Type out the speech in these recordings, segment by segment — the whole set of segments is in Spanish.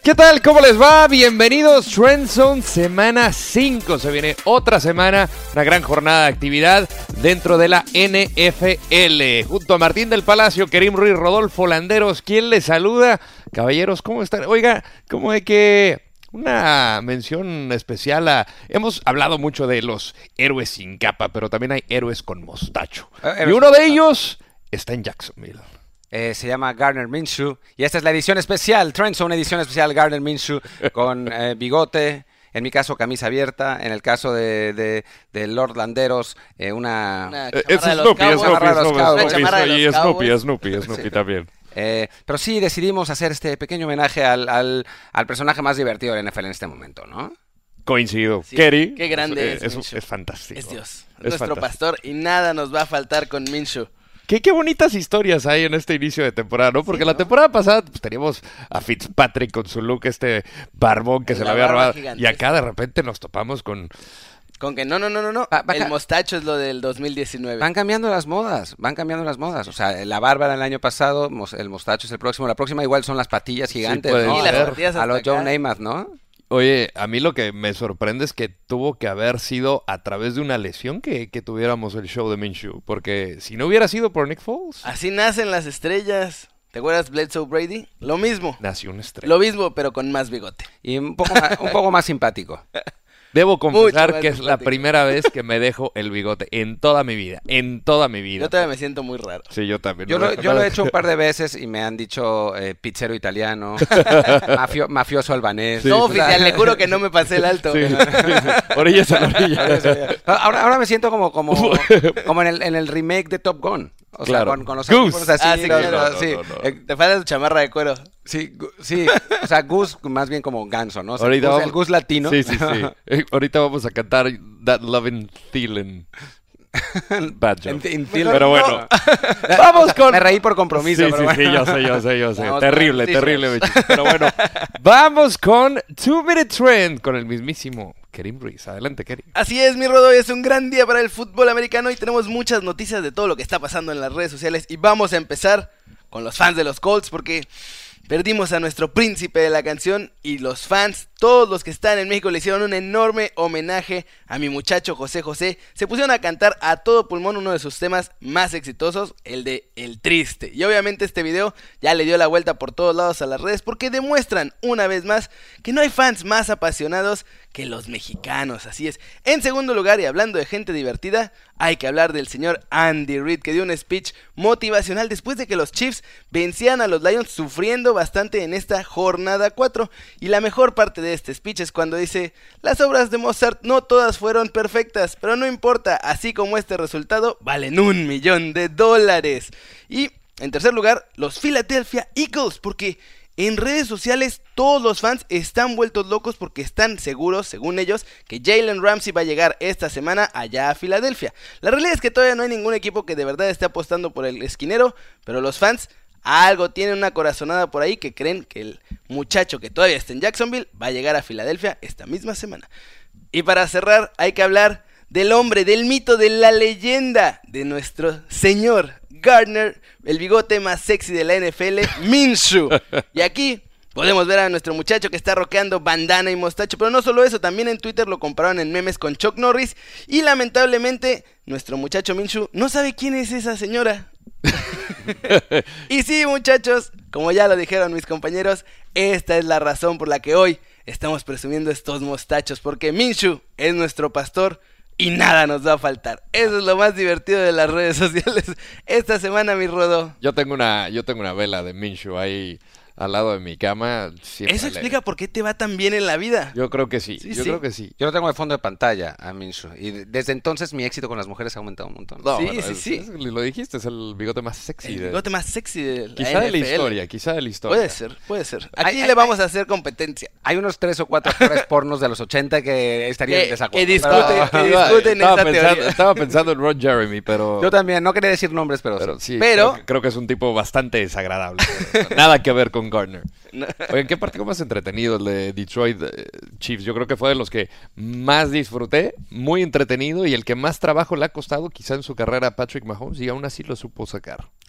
¿Qué tal? ¿Cómo les va? Bienvenidos, Trend Zone, semana 5. Se viene otra semana, una gran jornada de actividad dentro de la NFL. Junto a Martín del Palacio, Kerim Ruiz, Rodolfo Landeros, ¿quién les saluda? Caballeros, ¿cómo están? Oiga, ¿cómo de que una mención especial a... Hemos hablado mucho de los héroes sin capa, pero también hay héroes con mostacho. Y uno de ellos está en Jacksonville. Se llama Gardner Minshew y esta es la edición especial, Trend Zone edición especial Gardner Minshew con bigote, en mi caso camisa abierta, en el caso de Lord Landeros una Snoopy también. Pero sí decidimos hacer este pequeño homenaje al personaje más divertido de la NFL en este momento, ¿no? Coincido. Sí, Kerry. qué grande es Eso es fantástico. Es Dios, Es nuestro fantástico. pastor y nada nos va a faltar con Minshew. Qué bonitas historias hay en este inicio de temporada, ¿no? Porque Sí, ¿no? la temporada pasada pues, teníamos a Fitzpatrick con su look, este barbón que se le La había barba robado. gigantesca. Y acá de repente nos topamos con... Con que no. El mostacho es lo del 2019. Van cambiando las modas. O sea, la barba era el año pasado, el mostacho es el próximo. La próxima igual son las patillas gigantes, puede ¿no? Sí, ser. las patillas A hasta los Joe acá. Namath, ¿no? Oye, a mí lo que me sorprende es que tuvo que haber sido a través de una lesión que tuviéramos el show de Minshew. Porque si no hubiera sido por Nick Foles, Así nacen las estrellas. ¿Te acuerdas Bledsoe Brady? Lo mismo. nació una estrella. Lo mismo, pero con más bigote. Y un poco más simpático. Debo confesar Mucho más que es la simpático. primera vez que me dejo el bigote en toda mi vida. Yo todavía me siento muy raro. Sí, yo también. Yo lo he hecho un par de veces y me han dicho pizzero italiano, mafioso albanés. Sí, No, sí. oficial, le juro que no me pasé el alto. Sí. Orillas a la orilla. Ahora me siento como en el remake de Top Gun. O sea, Claro. con los Goose. audífonos así. Ah, sí, claro. sí. No. Te falta tu chamarra de cuero. Sí, sí. O sea, Goose más bien como ganso, ¿no? O sea, Ahorita Goose, vamos- el Goose latino. Sí. Ahorita vamos a cantar That Lovin' Feeling. Bad joke. Pero bueno. Vamos con... Me reí por compromiso. Sí, pero bueno. yo sé. Vamos Terrible, con terrible. noticias. Bicho. Pero bueno, vamos con 2-Minute Trend con el mismísimo Kerim Ruiz. Adelante, Kerim. Así es, mi Rodo, es un gran día para el fútbol americano y tenemos muchas noticias de todo lo que está pasando en las redes sociales y vamos a empezar con los fans de los Colts porque perdimos a nuestro príncipe de la canción y los fans, todos los que están en México le hicieron un enorme homenaje a mi muchacho José José. Se pusieron a cantar a todo pulmón uno de sus temas más exitosos, el de El Triste. Y obviamente este video ya le dio la vuelta por todos lados a las redes porque demuestran una vez más que no hay fans más apasionados que los mexicanos, así es. En segundo lugar, y hablando de gente divertida, hay que hablar del señor Andy Reid, que dio un speech motivacional después de que los Chiefs vencían a los Lions sufriendo bastante en esta jornada 4. Y la mejor parte de este speech es cuando dice: las obras de Mozart no todas fueron perfectas, pero no importa, así como este resultado valen $1 millón. Y en tercer lugar, los Philadelphia Eagles, porque en redes sociales todos los fans están vueltos locos porque están seguros, según ellos, que Jalen Ramsey va a llegar esta semana allá a Filadelfia. La realidad es que todavía no hay ningún equipo que de verdad esté apostando por el esquinero, pero los fans algo tienen una corazonada por ahí que creen que el muchacho que todavía está en Jacksonville va a llegar a Filadelfia esta misma semana. Y para cerrar hay que hablar del hombre, del mito, de la leyenda de nuestro señor Gardner, el bigote más sexy de la NFL, Minshew. Y aquí podemos ver a nuestro muchacho que está rockeando bandana y mostacho, pero no solo eso, también en Twitter lo compararon en memes con Chuck Norris y lamentablemente nuestro muchacho Minshew no sabe quién es esa señora. Y sí, muchachos, como ya lo dijeron mis compañeros, esta es la razón por la que hoy estamos presumiendo estos mostachos, porque Minshew es nuestro pastor y nada nos va a faltar. Eso es lo más divertido de las redes sociales esta semana, mi Rodo. Yo tengo una vela de Minshew ahí al lado de mi cama. Siempre Eso explica por qué te va tan bien en la vida. Yo creo que sí, Sí, yo sí. creo que sí. Yo lo tengo de fondo de pantalla a Minshew. Y desde entonces mi éxito con las mujeres ha aumentado un montón. No, Sí, bueno, sí. lo dijiste, es el bigote más sexy. El bigote más sexy de la Quizá de la NFL. historia. Puede ser. Aquí Ay, le vamos a hacer competencia. Hay unos 3 o 4 actores pornos de los 80 que estarían en desacuerdo. que discuten Estaba esa pensando, teoría. estaba pensando en Ron Jeremy, pero... Yo también, no quería decir nombres, pero sí. sí, Pero- creo que es un tipo bastante desagradable. Nada que ver con Gardner. No. Oigan, ¿qué partido más entretenido el de Detroit Chiefs? Yo creo que fue de los que más disfruté, muy entretenido y el que más trabajo le ha costado quizá en su carrera a Patrick Mahomes y aún así lo supo sacar.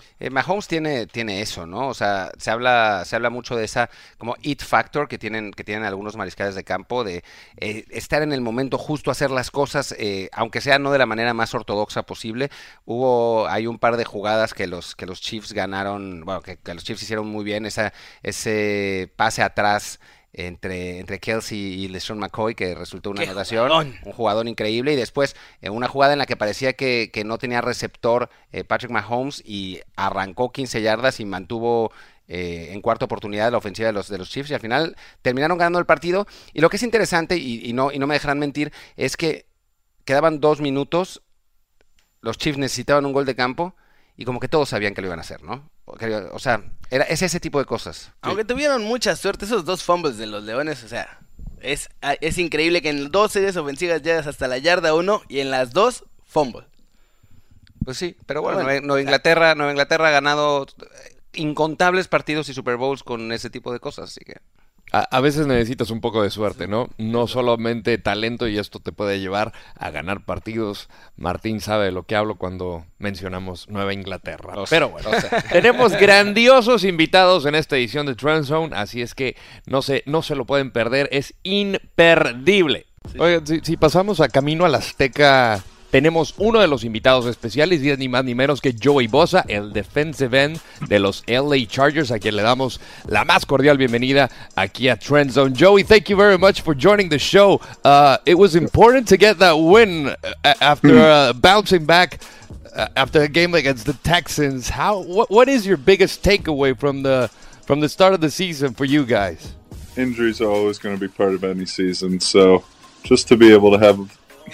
Mahomes tiene eso, ¿no? O sea, se habla mucho de esa como it factor que tienen algunos mariscales de campo, de estar en el momento justo, hacer las cosas, aunque sea no de la manera más ortodoxa posible. Hay un par de jugadas que los Chiefs ganaron, bueno, que los Chiefs hicieron muy bien, ese pase atrás entre Kelce y LeSean McCoy, que resultó una anotación, un jugador increíble, y después una jugada en la que parecía que no tenía receptor Patrick Mahomes, y arrancó 15 yardas y mantuvo en cuarta oportunidad la ofensiva de los Chiefs, y al final terminaron ganando el partido. Y lo que es interesante, y no me dejarán mentir, es que quedaban 2 minutos, los Chiefs necesitaban un gol de campo, y como que todos sabían que lo iban a hacer, ¿no? O sea, es ese tipo de cosas. Aunque tuvieron mucha suerte, esos 2 fumbles de los Leones, o sea, es increíble que en 2 series ofensivas llegas hasta la yarda 1 y en las 2, fumble. Pues sí, pero bueno, Nueva Inglaterra ha ganado incontables partidos y Super Bowls con ese tipo de cosas, así que... A veces necesitas un poco de suerte, ¿no? No solamente talento, y esto te puede llevar a ganar partidos. Martín sabe de lo que hablo cuando mencionamos Nueva Inglaterra. Pero bueno, tenemos grandiosos invitados en esta edición de Trend Zone, así es que no se lo pueden perder, es imperdible. Sí. Oigan, si pasamos a camino al Azteca, tenemos uno de los invitados especiales, y es ni más ni menos que Joey Bosa, el defensive end de los LA Chargers, a quien le damos la más cordial bienvenida aquí a Trend Zone. Joey, thank you very much for joining the show. It was important to get that win after bouncing back after a game against the Texans. What is your biggest takeaway from the start of the season for you guys? Injuries are always going to be part of any season, so just to be able to have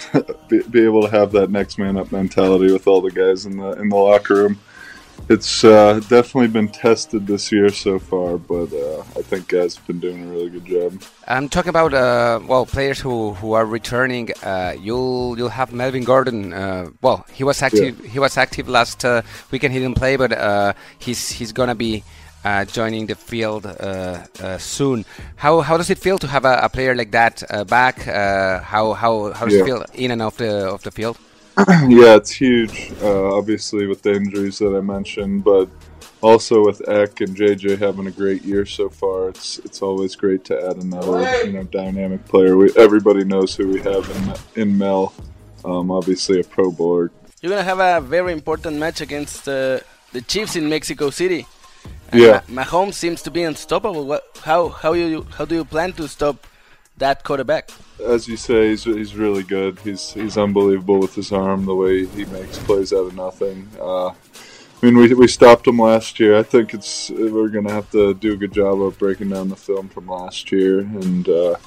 that next man up mentality with all the guys in the locker room. It's definitely been tested this year so far, but I think guys have been doing a really good job. I'm talking about players who are returning. You'll have Melvin Gordon. He was active. Yeah. He was active last weekend. He didn't play, but he's gonna be joining the field soon. How does it feel to have a player like that back? How does it feel in and off the field? Yeah, it's huge. Obviously with the injuries that I mentioned, but also with Eck and JJ having a great year so far, it's always great to add another dynamic player. Everybody knows who we have in Mel. Obviously a Pro Bowler. You're gonna have a very important match against the Chiefs in Mexico City. Yeah, Mahomes seems to be unstoppable. How do you plan to stop that quarterback? As you say, he's really good. He's unbelievable with his arm, the way he makes plays out of nothing. I mean, we stopped him last year. I think we're going to have to do a good job of breaking down the film from last year and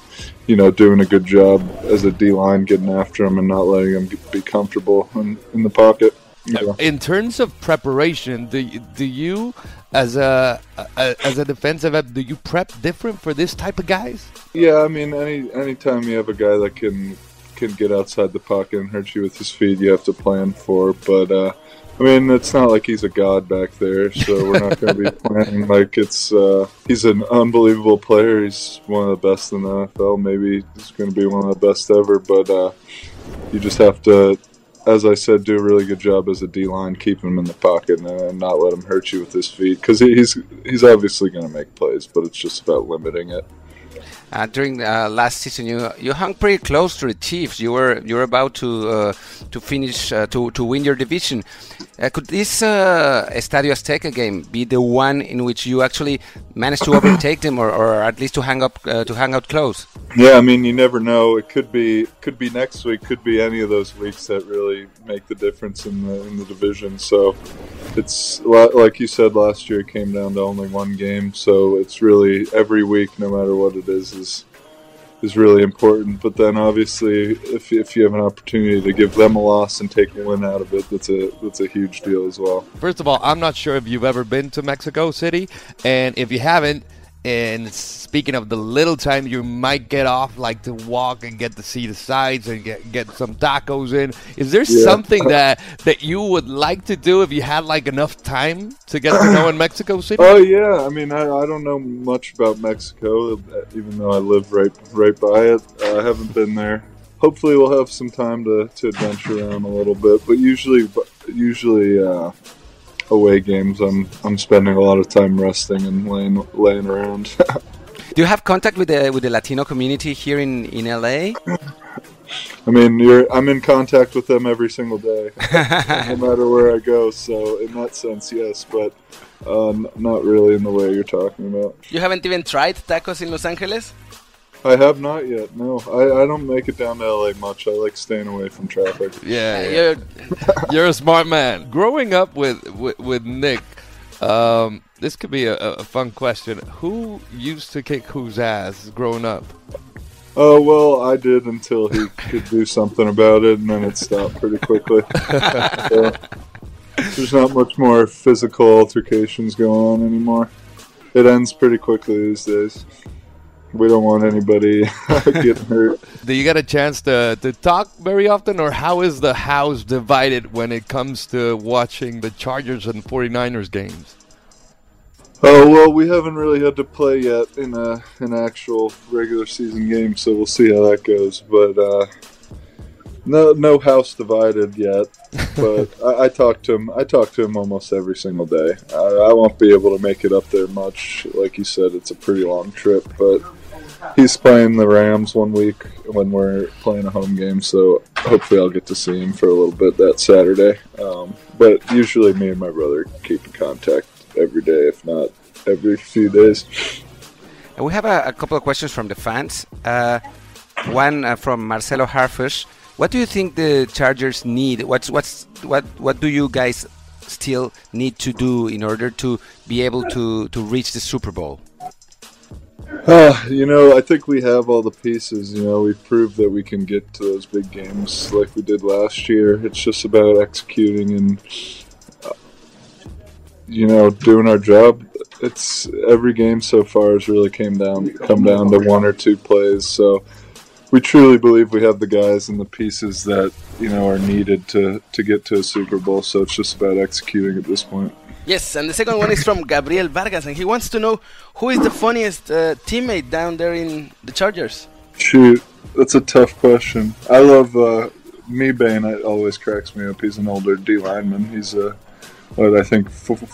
doing a good job as a D-line, getting after him and not letting him be comfortable in the pocket. Yeah. In terms of preparation, do you as a defensive end, do you prep different for this type of guys? Yeah, I mean, anytime you have a guy that can get outside the pocket and hurt you with his feet, you have to plan for. But I mean, it's not like he's a god back there, so we're not going to be planning like it's. He's an unbelievable player. He's one of the best in the NFL. Maybe he's going to be one of the best ever. But you just have to, as I said, do a really good job as a D-line, keep him in the pocket and not let him hurt you with his feet. Because he's obviously going to make plays, but it's just about limiting it. During last season, you hung pretty close to the Chiefs. You were about to finish to win your division. Could this Estadio Azteca game be the one in which you actually managed to overtake them, or at least to hang out close? Yeah, I mean, you never know. It could be next week. Could be any of those weeks that really make the difference in the division. So it's like you said last year. It came down to only one game. So it's really every week, no matter what it is really important. But then obviously if you have an opportunity to give them a loss and take a win out of it, that's a huge deal as well. First of all, I'm not sure if you've ever been to Mexico City, and if you haven't, and speaking of the little time you might get off, like to walk and get to see the sights and get some tacos in, is there something that you would like to do if you had like enough time to get to know in Mexico City? Oh yeah, I mean I don't know much about Mexico, even though I live right by it. I haven't been there. Hopefully we'll have some time to adventure around a little bit, but usually away games, I'm spending a lot of time resting and laying around. Do you have contact with the Latino community here in LA? I mean, I'm in contact with them every single day, no matter where I go. So in that sense, yes, but not really in the way you're talking about. You haven't even tried tacos in Los Angeles? I have not yet. No, I don't make it down to LA much. I like staying away from traffic. Yeah. You're a smart man. Growing up with Nick, this could be a fun question. Who used to kick whose ass growing up? Oh, well, I did until he could do something about it, and then it stopped pretty quickly. So, there's not much more physical altercations going on anymore. It ends pretty quickly these days. We don't want anybody getting hurt. Do you get a chance to talk very often, or how is the house divided when it comes to watching the Chargers and 49ers games? Oh, well, we haven't really had to play yet in an actual regular season game, so we'll see how that goes. But no house divided yet. But I talk to him. I talk to him almost every single day. I won't be able to make it up there much. Like you said, it's a pretty long trip. But he's playing the Rams one week when we're playing a home game, so hopefully I'll get to see him for a little bit that Saturday. But usually me and my brother keep in contact every day, if not every few days. And we have a couple of questions from the fans. One from Marcelo Harfush. What do you think the Chargers need? What do you guys still need to do in order to be able to reach the Super Bowl? I think we have all the pieces. We've proved that we can get to those big games like we did last year. It's just about executing and doing our job. It's every game so far has really come down to one or two plays. So we truly believe we have the guys and the pieces that are needed to get to a Super Bowl. So it's just about executing at this point. Yes, and the second one is from Gabriel Vargas, and he wants to know who is the funniest teammate down there in the Chargers. Shoot, that's a tough question. I love Mebane. It always cracks me up. He's an older D lineman. He's I think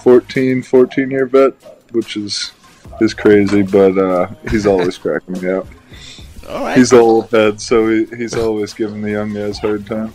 14-year vet, which is crazy, but he's always cracking me up. All right. He's the old head, so he's always giving the young guys a hard time.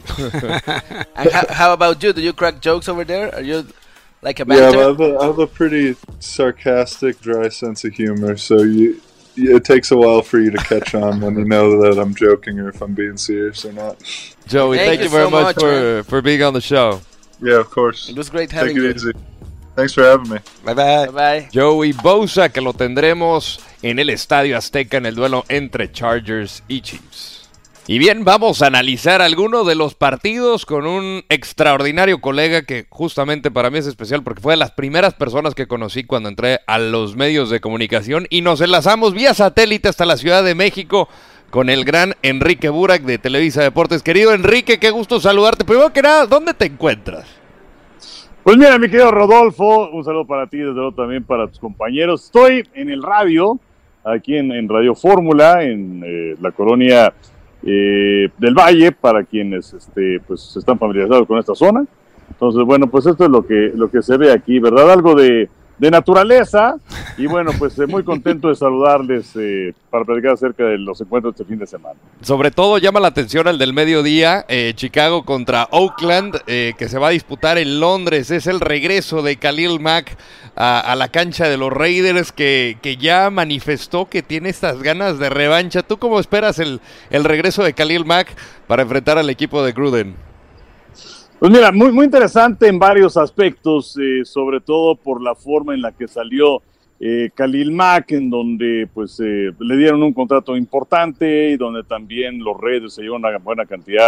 And how about you? Do you crack jokes over there? Are you like a banter? Yeah, I have a pretty sarcastic, dry sense of humor, so it takes a while for you to catch on when you know that I'm joking or if I'm being serious or not. Joey, thank you very much for being on the show. Yeah, of course. It was great having you. Take it easy. Thanks for having me. Bye-bye. Bye-bye. Joey Bosa, que lo tendremos en el Estadio Azteca en el duelo entre Chargers y Chiefs. Y bien, vamos a analizar algunos de los partidos con un extraordinario colega que justamente para mí es especial porque fue de las primeras personas que conocí cuando entré a los medios de comunicación y nos enlazamos vía satélite hasta la Ciudad de México con el gran Enrique Burak de Televisa Deportes. Querido Enrique, qué gusto saludarte. Primero que nada, ¿dónde te encuentras? Pues mira, mi querido Rodolfo, un saludo para ti, desde luego también para tus compañeros. Estoy en el radio, aquí en Radio Fórmula, en la colonia del Valle, para quienes pues están familiarizados con esta zona. Entonces, bueno, pues esto es lo que se ve aquí, ¿verdad? Algo de naturaleza, y bueno, pues muy contento de saludarles para platicar acerca de los encuentros de este fin de semana. Sobre todo llama la atención el del mediodía, Chicago contra Oakland, que se va a disputar en Londres. Es el regreso de Khalil Mack a la cancha de los Raiders, que ya manifestó que tiene estas ganas de revancha. ¿Tú cómo esperas el regreso de Khalil Mack para enfrentar al equipo de Gruden? Pues mira, muy, muy interesante en varios aspectos, sobre todo por la forma en la que salió Khalil Mack, en donde pues le dieron un contrato importante y donde también los Raiders se llevan una buena cantidad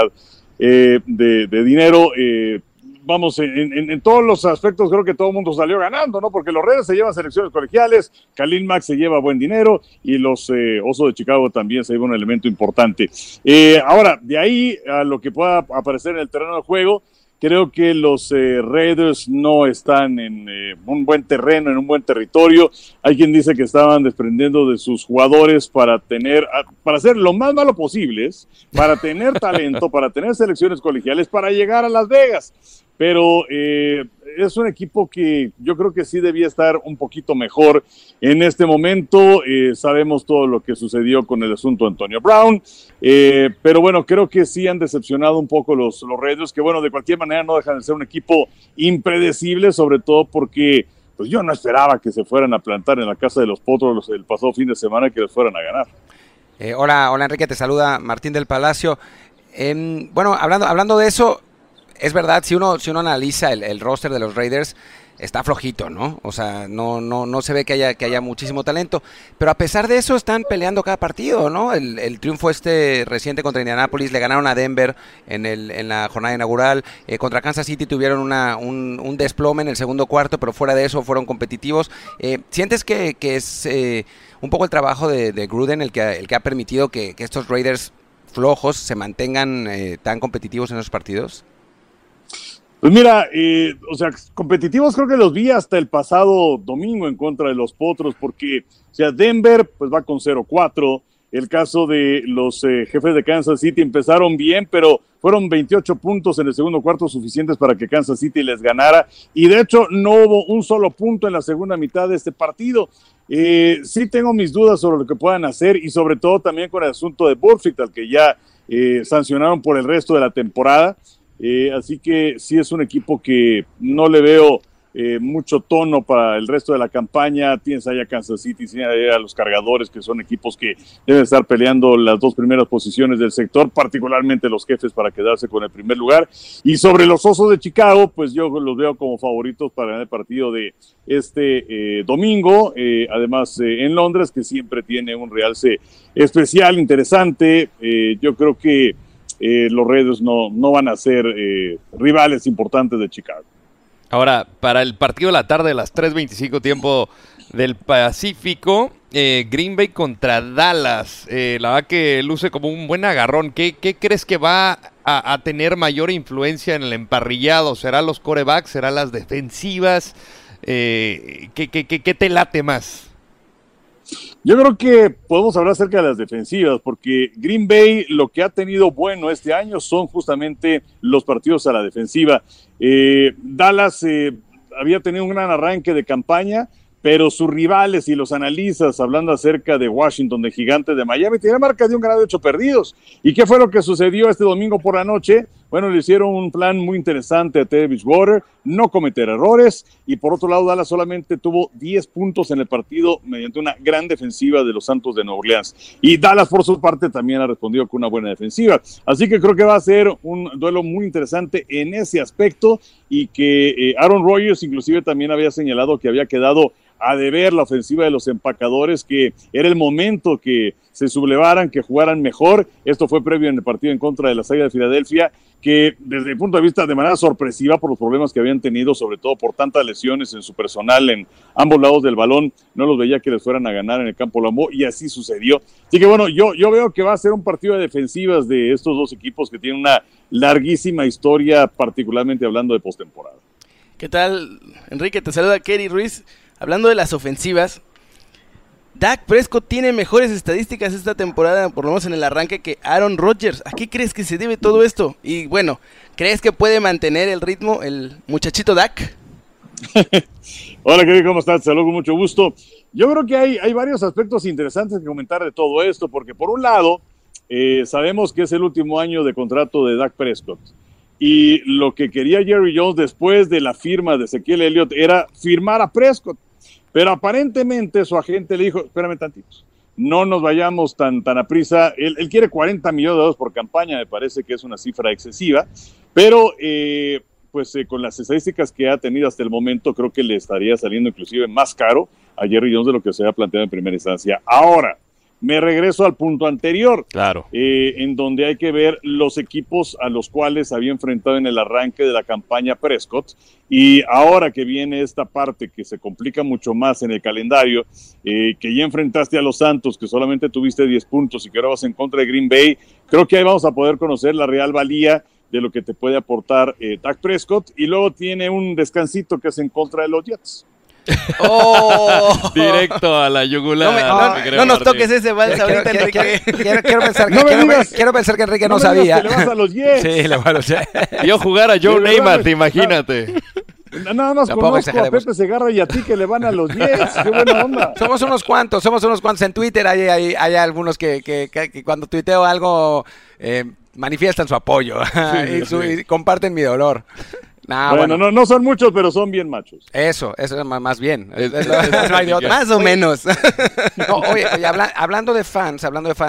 de dinero. Vamos, en todos los aspectos creo que todo el mundo salió ganando, ¿no? Porque los Raiders se llevan selecciones colegiales, Khalil Mack se lleva buen dinero y los Osos de Chicago también se llevan un elemento importante. Ahora, de ahí a lo que pueda aparecer en el terreno de juego, creo que los Raiders no están en un buen terreno, en un buen territorio. Hay quien dice que estaban desprendiendo de sus jugadores para hacer lo más malo posible, para tener talento, para tener selecciones colegiales, para llegar a Las Vegas. pero es un equipo que yo creo que sí debía estar un poquito mejor en este momento. Sabemos todo lo que sucedió con el asunto de Antonio Brown, pero bueno, creo que sí han decepcionado un poco los Raiders, que bueno, de cualquier manera no dejan de ser un equipo impredecible, sobre todo porque pues yo no esperaba que se fueran a plantar en la casa de los Potros el pasado fin de semana y que les fueran a ganar. Hola Enrique, te saluda Martín del Palacio. Bueno, hablando de eso, es verdad, si uno analiza el roster de los Raiders, está flojito, ¿no? O sea, no se ve que haya muchísimo talento, pero a pesar de eso están peleando cada partido, ¿no? El triunfo reciente contra Indianapolis, le ganaron a Denver en la jornada inaugural, contra Kansas City tuvieron un desplome en el segundo cuarto, pero fuera de eso fueron competitivos. ¿Sientes que es un poco el trabajo de Gruden el que ha permitido que estos Raiders flojos se mantengan tan competitivos en esos partidos? Pues mira, o sea, competitivos creo que los vi hasta el pasado domingo en contra de los Potros, porque, o sea, Denver pues va con 0-4, el caso de los jefes de Kansas City empezaron bien, pero fueron 28 puntos en el segundo cuarto suficientes para que Kansas City les ganara, y de hecho no hubo un solo punto en la segunda mitad de este partido. Sí tengo mis dudas sobre lo que puedan hacer, y sobre todo también con el asunto de Burfict, al que ya sancionaron por el resto de la temporada. Así que sí es un equipo que no le veo mucho tono para el resto de la campaña. Tienes allá a Kansas City, tienes allá a los Cargadores, que son equipos que deben estar peleando las dos primeras posiciones del sector, particularmente los Jefes para quedarse con el primer lugar. Y sobre los Osos de Chicago, pues yo los veo como favoritos para ganar el partido de este domingo. Además, en Londres, que siempre tiene un realce especial, interesante. Yo creo que los Raiders no van a ser rivales importantes de Chicago. Ahora, para el partido de la tarde, a las 3:25 tiempo del Pacífico, Green Bay contra Dallas. La verdad que luce como un buen agarrón. ¿Qué crees que va a tener mayor influencia en el emparrillado? ¿Será los quarterbacks? ¿Será las defensivas? ¿Qué te late más? Yo creo que podemos hablar acerca de las defensivas, porque Green Bay lo que ha tenido bueno este año son justamente los partidos a la defensiva. Dallas había tenido un gran arranque de campaña, pero sus rivales, si los analizas, hablando acerca de Washington, de Gigantes de Miami, tiene marca de 1 ganado y 8 perdidos. ¿Y qué fue lo que sucedió este domingo por la noche? Bueno, le hicieron un plan muy interesante a Teddy Bridgewater, no cometer errores, y por otro lado, Dallas solamente tuvo 10 puntos en el partido mediante una gran defensiva de los Santos de Nueva Orleans. Y Dallas, por su parte, también ha respondido con una buena defensiva. Así que creo que va a ser un duelo muy interesante en ese aspecto, y que Aaron Rodgers inclusive también había señalado que había quedado a deber la ofensiva de los empacadores, que era el momento que se sublevaran, que jugaran mejor. Esto fue previo en el partido en contra de las Águilas de Filadelfia, que desde mi punto de vista de manera sorpresiva por los problemas que habían tenido, sobre todo por tantas lesiones en su personal en ambos lados del balón, no los veía que les fueran a ganar en el campo Lambeau, y así sucedió. Así que bueno, yo veo que va a ser un partido de defensivas de estos dos equipos que tienen una larguísima historia, particularmente hablando de postemporada. ¿Qué tal, Enrique? Te saluda Kerry Ruiz. Hablando de las ofensivas, Dak Prescott tiene mejores estadísticas esta temporada, por lo menos en el arranque, que Aaron Rodgers. ¿A qué crees que se debe todo esto? Y bueno, ¿crees que puede mantener el ritmo el muchachito Dak? Hola, querido, ¿cómo estás? Saludos, con mucho gusto. Yo creo que hay varios aspectos interesantes que comentar de todo esto, porque por un lado, sabemos que es el último año de contrato de Dak Prescott. Y lo que quería Jerry Jones después de la firma de Ezequiel Elliott era firmar a Prescott. Pero aparentemente su agente le dijo, espérame tantitos, no nos vayamos tan a prisa. Él quiere $40 millones por campaña, me parece que es una cifra excesiva, pero con las estadísticas que ha tenido hasta el momento, creo que le estaría saliendo inclusive más caro a Jerry Jones de lo que se había planteado en primera instancia. Ahora, me regreso al punto anterior, claro, en donde hay que ver los equipos a los cuales había enfrentado en el arranque de la campaña Prescott, y ahora que viene esta parte que se complica mucho más en el calendario, que ya enfrentaste a los Santos, que solamente tuviste 10 puntos y que ahora vas en contra de Green Bay, creo que ahí vamos a poder conocer la real valía de lo que te puede aportar Dak Prescott, y luego tiene un descansito que es en contra de los Jets. ¡Oh! Directo a la yugular. No nos toques ese vals ahorita, Enrique. Quiero pensar que Enrique no me digas sabía. que le vas a los Jets. Sí, le va a los Jets. Vio jugar a Joe De verdad, Namath, imagínate. Nada más Tampoco conozco a exageremos. Pepe Segarra y a ti que le van a los Jets. ¡Qué buena onda! Somos unos cuantos. En Twitter hay algunos que cuando tuiteo algo manifiestan su apoyo y comparten mi dolor. Bueno, no son muchos, pero son bien machos. Eso es más bien. No hay de otra. Más o menos. No, oye, hablando de fans,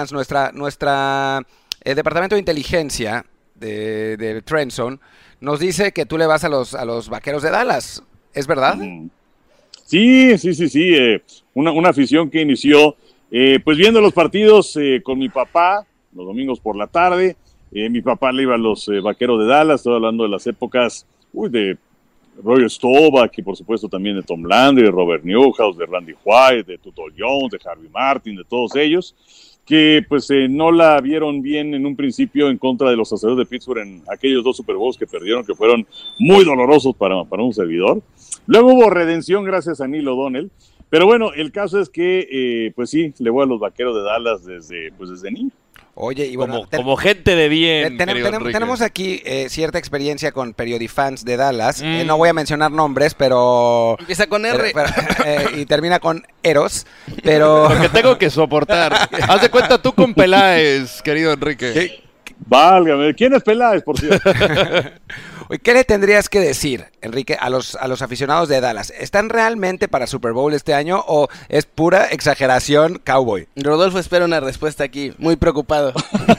nuestra el departamento de inteligencia de Trend Zone nos dice que tú le vas a los Vaqueros de Dallas. ¿Es verdad? Sí. Una afición que inició pues viendo los partidos con mi papá los domingos por la tarde. Mi papá le iba a los Vaqueros de Dallas. Estoy hablando de las épocas de Roger Staubach y por supuesto también de Tom Landry, de Robert Newhouse, de Randy White, de Tuttle Jones, de Harvey Martin, de todos ellos, que pues no la vieron bien en un principio en contra de los Acereros de Pittsburgh en aquellos 2 Super Bowls que perdieron, que fueron muy dolorosos para un servidor. Luego hubo redención gracias a Neil O'Donnell, pero bueno, el caso es que pues sí, le voy a los Vaqueros de Dallas desde niño. Oye, y bueno, como gente de bien. Tenemos aquí cierta experiencia con periodifans de Dallas. No voy a mencionar nombres, pero... Empieza con R. Y termina con Eros, pero... Porque tengo que soportar. Haz de cuenta tú con Peláez, querido Enrique. Válgame, ¿quién es Peláez, por cierto? ¿Qué le tendrías que decir, Enrique, a los aficionados de Dallas? ¿Están realmente para Super Bowl este año o es pura exageración cowboy? Rodolfo espera una respuesta aquí, muy preocupado.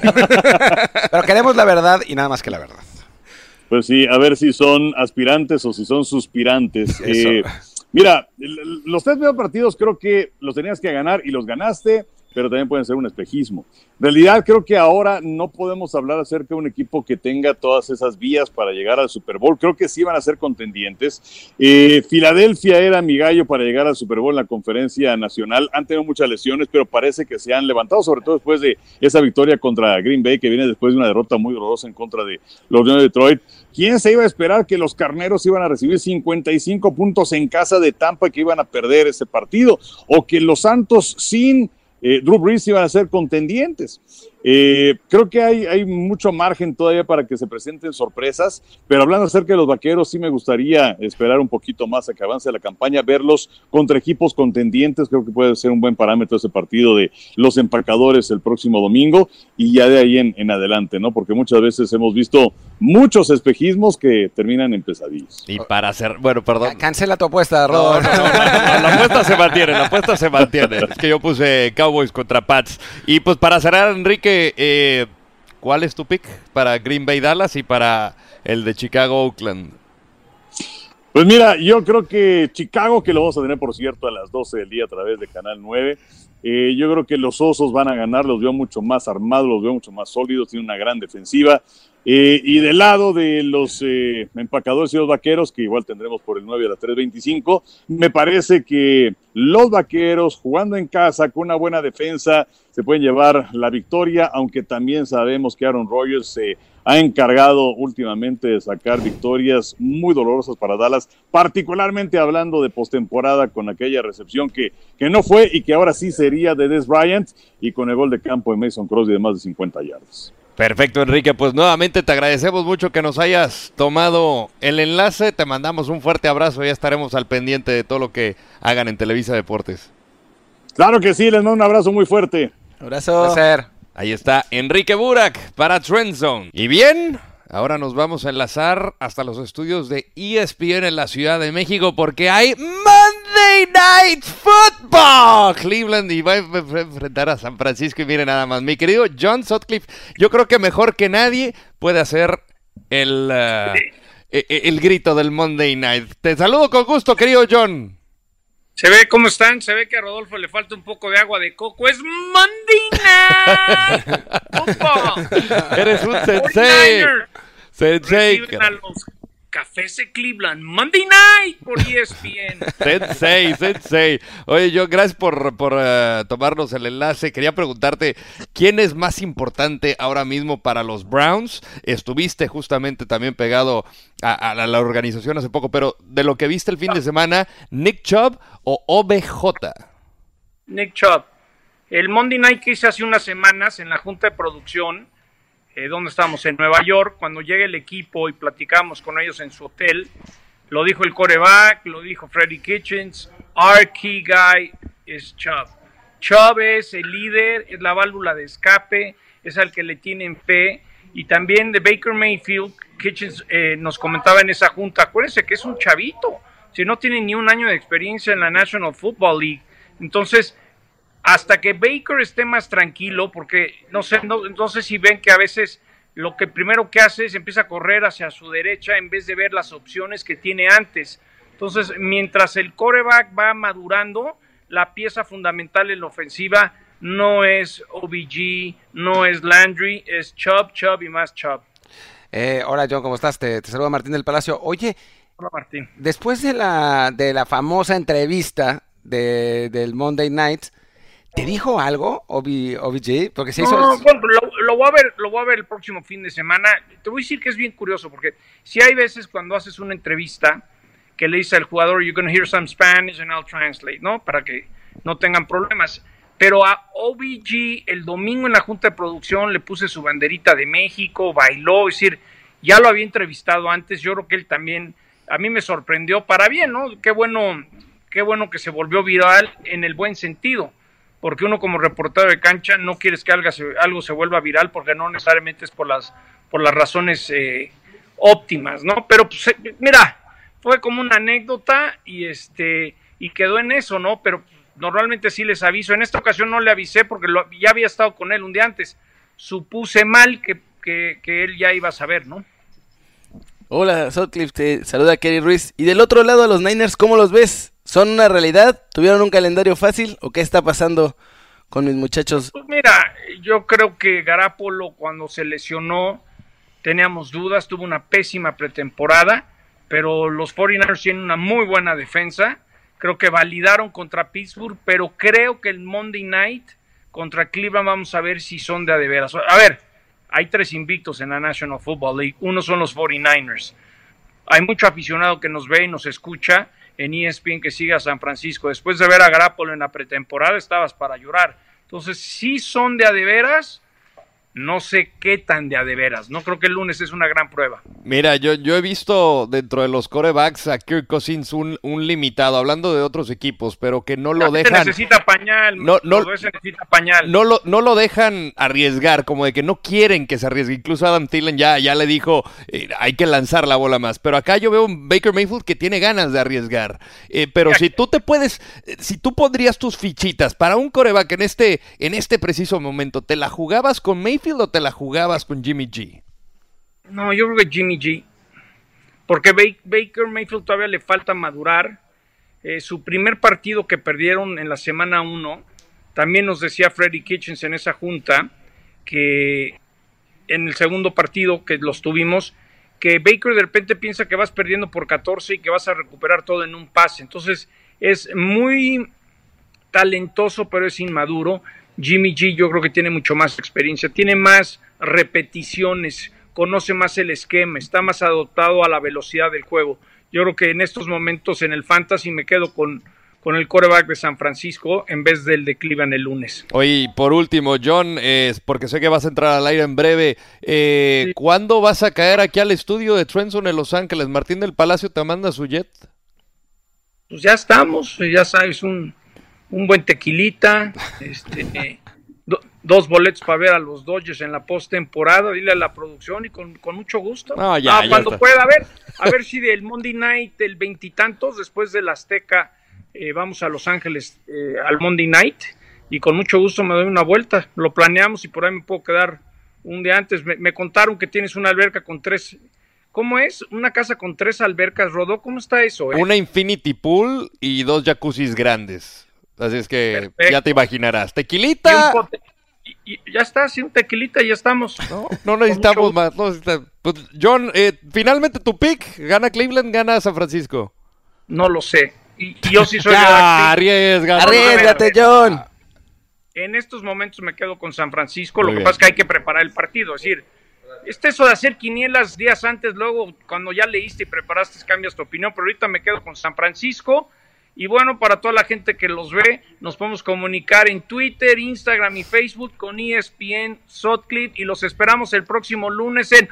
Pero queremos la verdad y nada más que la verdad. Pues sí, a ver si son aspirantes o si son suspirantes. Mira, los 3 primeros partidos creo que los tenías que ganar y los ganaste, pero también pueden ser un espejismo. En realidad creo que ahora no podemos hablar acerca de un equipo que tenga todas esas vías para llegar al Super Bowl. Creo que sí van a ser contendientes. Filadelfia era mi gallo para llegar al Super Bowl en la conferencia nacional. Han tenido muchas lesiones, pero parece que se han levantado, sobre todo después de esa victoria contra Green Bay, que viene después de una derrota muy dolorosa en contra de los Leones de Detroit. ¿Quién se iba a esperar que los Carneros iban a recibir 55 puntos en casa de Tampa y que iban a perder ese partido? O que los Santos sin Drew Brees iban a ser contendientes. Creo que hay mucho margen todavía para que se presenten sorpresas, pero hablando acerca de los Vaqueros, sí me gustaría esperar un poquito más a que avance la campaña, verlos contra equipos contendientes. Creo que puede ser un buen parámetro ese partido de los Empacadores el próximo domingo y ya de ahí en adelante, ¿no? Porque muchas veces hemos visto muchos espejismos que terminan en pesadillas. Y para hacer, bueno, perdón. Cancela tu apuesta, Rodolfo. No, la apuesta se mantiene. Es que yo puse Cowboys contra Pats. Y pues para cerrar, Enrique, ¿cuál es tu pick para Green Bay Dallas y para el de Chicago Oakland? Pues mira, yo creo que Chicago, que lo vamos a tener por cierto a las 12 del día a través de Canal 9, yo creo que los Osos van a ganar, los veo mucho más armados, los veo mucho más sólidos, tienen una gran defensiva. Y del lado de los Empacadores y los Vaqueros, que igual tendremos por el 9 a las 3:25, me parece que los Vaqueros, jugando en casa, con una buena defensa, se pueden llevar la victoria, aunque también sabemos que Aaron Rodgers se ha encargado últimamente de sacar victorias muy dolorosas para Dallas, particularmente hablando de postemporada con aquella recepción que no fue y que ahora sí sería de Dez Bryant, y con el gol de campo de Mason Crosby de más de 50 yardas. Perfecto, Enrique, pues nuevamente te agradecemos mucho que nos hayas tomado el enlace, te mandamos un fuerte abrazo, ya estaremos al pendiente de todo lo que hagan en Televisa Deportes. Claro que sí, les mando un abrazo muy fuerte. Abrazo. Ahí está Enrique Burak para Trend Zone. Y bien, ahora nos vamos a enlazar hasta los estudios de ESPN en la Ciudad de México porque hay Monday Night Football. Cleveland y va a enfrentar a San Francisco y miren nada más. Mi querido John Sutcliffe, yo creo que mejor que nadie puede hacer el grito del Monday Night. Te saludo con gusto, querido John. Se ve cómo están, se ve que a Rodolfo le falta un poco de agua de coco. ¡Es Monday Night Football! Eres un sensei. Sensei. Reciben a los Cafés de Cleveland, Monday Night por ESPN. Sensei. Oye, John, gracias por tomarnos el enlace. Quería preguntarte, ¿quién es más importante ahora mismo para los Browns? Estuviste justamente también pegado a la organización hace poco, pero de lo que viste el fin de semana, ¿Nick Chubb o OBJ? Nick Chubb. El Monday Night que hice hace unas semanas en la junta de producción, donde estábamos en Nueva York, cuando llega el equipo y platicamos con ellos en su hotel, lo dijo el quarterback, lo dijo Freddie Kitchens, our key guy is Chubb. Chubb es el líder, es la válvula de escape, es al que le tienen fe, y también de Baker Mayfield, Kitchens nos comentaba en esa junta, acuérdense que es un chavito, si no tiene ni un año de experiencia en la National Football League, entonces hasta que Baker esté más tranquilo, porque no sé si ven que a veces lo que primero que hace es empieza a correr hacia su derecha en vez de ver las opciones que tiene antes. Entonces, mientras el quarterback va madurando, la pieza fundamental en la ofensiva no es OBJ, no es Landry, es Chubb y más Chubb. Hola John, ¿cómo estás? Te saluda Martín del Palacio. Oye, hola Martín. Después de la famosa entrevista del Monday Night, ¿te dijo algo, OBJ? Porque se hizo... No, bueno, lo voy a ver el próximo fin de semana. Te voy a decir que es bien curioso, porque si hay veces cuando haces una entrevista que le dice al jugador, you're going to hear some Spanish and I'll translate, ¿no? Para que no tengan problemas. Pero a OBJ el domingo en la junta de producción le puse su banderita de México, bailó, es decir, ya lo había entrevistado antes, yo creo que él también, a mí me sorprendió para bien, ¿no? Qué bueno que se volvió viral en el buen sentido. Porque uno como reportero de cancha no quieres que algo se vuelva viral porque no necesariamente es por las razones óptimas, ¿no? Pero pues, mira, fue como una anécdota y quedó en eso, ¿no? Pero normalmente sí les aviso. En esta ocasión no le avisé porque ya había estado con él un día antes. Supuse mal que él ya iba a saber, ¿no? Hola, Sutcliffe, te saluda Kerry Ruiz. Y del otro lado, a los Niners, ¿cómo los ves? ¿Son una realidad? ¿Tuvieron un calendario fácil? ¿O qué está pasando con mis muchachos? Pues mira, yo creo que Garoppolo cuando se lesionó teníamos dudas, tuvo una pésima pretemporada, pero los 49ers tienen una muy buena defensa. Creo que validaron contra Pittsburgh, pero creo que el Monday Night contra Cleveland vamos a ver si son de a de veras. A ver, hay 3 invictos en la National Football League, uno son los 49ers. Hay mucho aficionado que nos ve y nos escucha en ESPN que sigue a San Francisco. Después de ver a Garoppolo en la pretemporada estabas para llorar. Entonces, si son de a de veras, no sé qué tan de a de veras. No creo que el lunes es una gran prueba. Mira, yo he visto dentro de los quarterbacks a Kirk Cousins un limitado, hablando de otros equipos, pero que no lo dejan... necesita pañal, necesita pañal. No lo dejan arriesgar, como de que no quieren que se arriesgue. Incluso Adam Thielen ya le dijo, hay que lanzar la bola más. Pero acá yo veo un Baker Mayfield que tiene ganas de arriesgar. Pero si tú pondrías tus fichitas para un quarterback en este preciso momento, ¿te la jugabas con Mayfield o te la jugabas con Jimmy G? No, yo creo que Jimmy G, porque Baker Mayfield todavía le falta madurar. Su primer partido que perdieron en la semana 1, también nos decía Freddie Kitchens en esa junta, que en el segundo partido que los tuvimos, que Baker de repente piensa que vas perdiendo por 14 y que vas a recuperar todo en un pase. Entonces es muy talentoso, pero es inmaduro. Jimmy G yo creo que tiene mucho más experiencia, tiene más repeticiones, conoce más el esquema, está más adaptado a la velocidad del juego. Yo creo que en estos momentos en el Fantasy me quedo con el quarterback de San Francisco en vez del de Cleveland el lunes. Oye, por último, John, porque sé que vas a entrar al aire en breve, sí. ¿Cuándo vas a caer aquí al estudio de Trenson en Los Ángeles? ¿Martín del Palacio te manda su jet? Pues ya estamos, ya sabes, un buen tequilita, 2 boletos para ver a los Dodgers en la postemporada, dile a la producción y con mucho gusto. Cuando pueda, a ver si del Monday Night del 20 y tantos, después del Azteca, vamos a Los Ángeles al Monday Night y con mucho gusto me doy una vuelta, lo planeamos y por ahí me puedo quedar un día antes. Me contaron que tienes una alberca con 3... ¿Cómo es? ¿Una casa con 3 albercas, Rodó? ¿Cómo está eso? Una infinity pool y 2 jacuzzis grandes. Así es que perfecto. Ya te imaginarás. Tequilita Y ya está, así un tequilita y ya estamos. No necesitamos más. Pues, John, finalmente tu pick, ¿gana Cleveland, gana San Francisco? No lo sé. Y yo sí soy Arriésgate, John. En estos momentos me quedo con San Francisco. Lo Muy que bien. pasa es que hay que preparar el partido. Es decir, eso de hacer quinielas días antes, luego cuando ya leíste y preparaste cambias tu opinión. Pero ahorita me quedo con San Francisco. Y bueno, para toda la gente que los ve, nos podemos comunicar en Twitter, Instagram y Facebook con ESPN Sotclip y los esperamos el próximo lunes en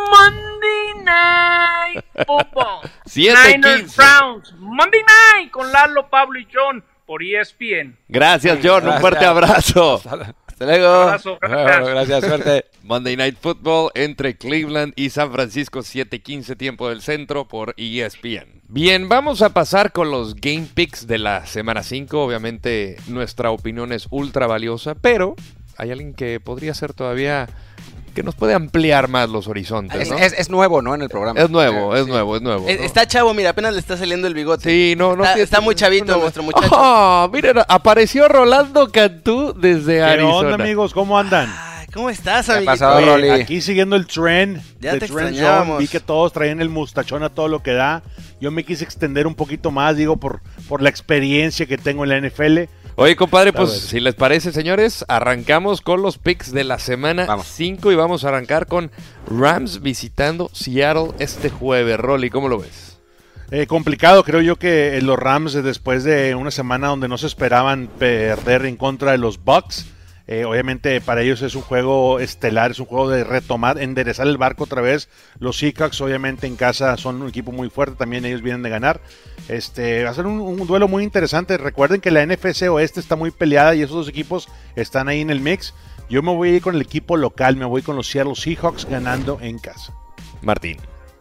Monday Night Football. 7:15. Niners Browns, Monday Night con Lalo, Pablo y John por ESPN. Gracias, John. Un fuerte abrazo. Hasta luego. Abrazo, gracias. Gracias, suerte. Monday Night Football entre Cleveland y San Francisco, 7:15 tiempo del centro por ESPN. Bien, vamos a pasar con los Game Picks de la semana 5. Obviamente nuestra opinión es ultra valiosa, pero hay alguien que podría ser todavía, que nos puede ampliar más los horizontes, ¿no? Es nuevo, ¿no? En el programa. Es nuevo, Sí. es nuevo. ¿no? Está chavo, mira, apenas le está saliendo el bigote. Sí, no. Está muy chavito nuestro muchacho. Oh, miren, apareció Rolando Cantú desde ¿Qué Arizona. onda, amigos? ¿Cómo andan? Ay, ¿cómo estás, ¿Qué ha amiguito? pasado, Oye, Rolly? aquí siguiendo el trend Ya de te Trend extrañábamos. Zone, vi que todos traían el mustachón a todo lo que da. Yo me quise extender un poquito más, digo, por la experiencia que tengo en la NFL. Oye, compadre, pues ver. si les parece, señores, arrancamos con los picks de la semana Vamos. 5 y vamos a arrancar con Rams visitando Seattle este jueves. Rolly, ¿cómo lo ves? Complicado, creo yo que los Rams, después de una semana donde no se esperaban perder en contra de los Bucks, obviamente para ellos es un juego estelar, es un juego de retomar, enderezar el barco otra vez. Los Seahawks obviamente en casa son un equipo muy fuerte, también ellos vienen de ganar. Va a ser un duelo muy interesante. Recuerden que la NFC Oeste está muy peleada y esos dos equipos están ahí en el mix. Yo me voy a ir con el equipo local, me voy con los Seattle Seahawks ganando en casa. Martín.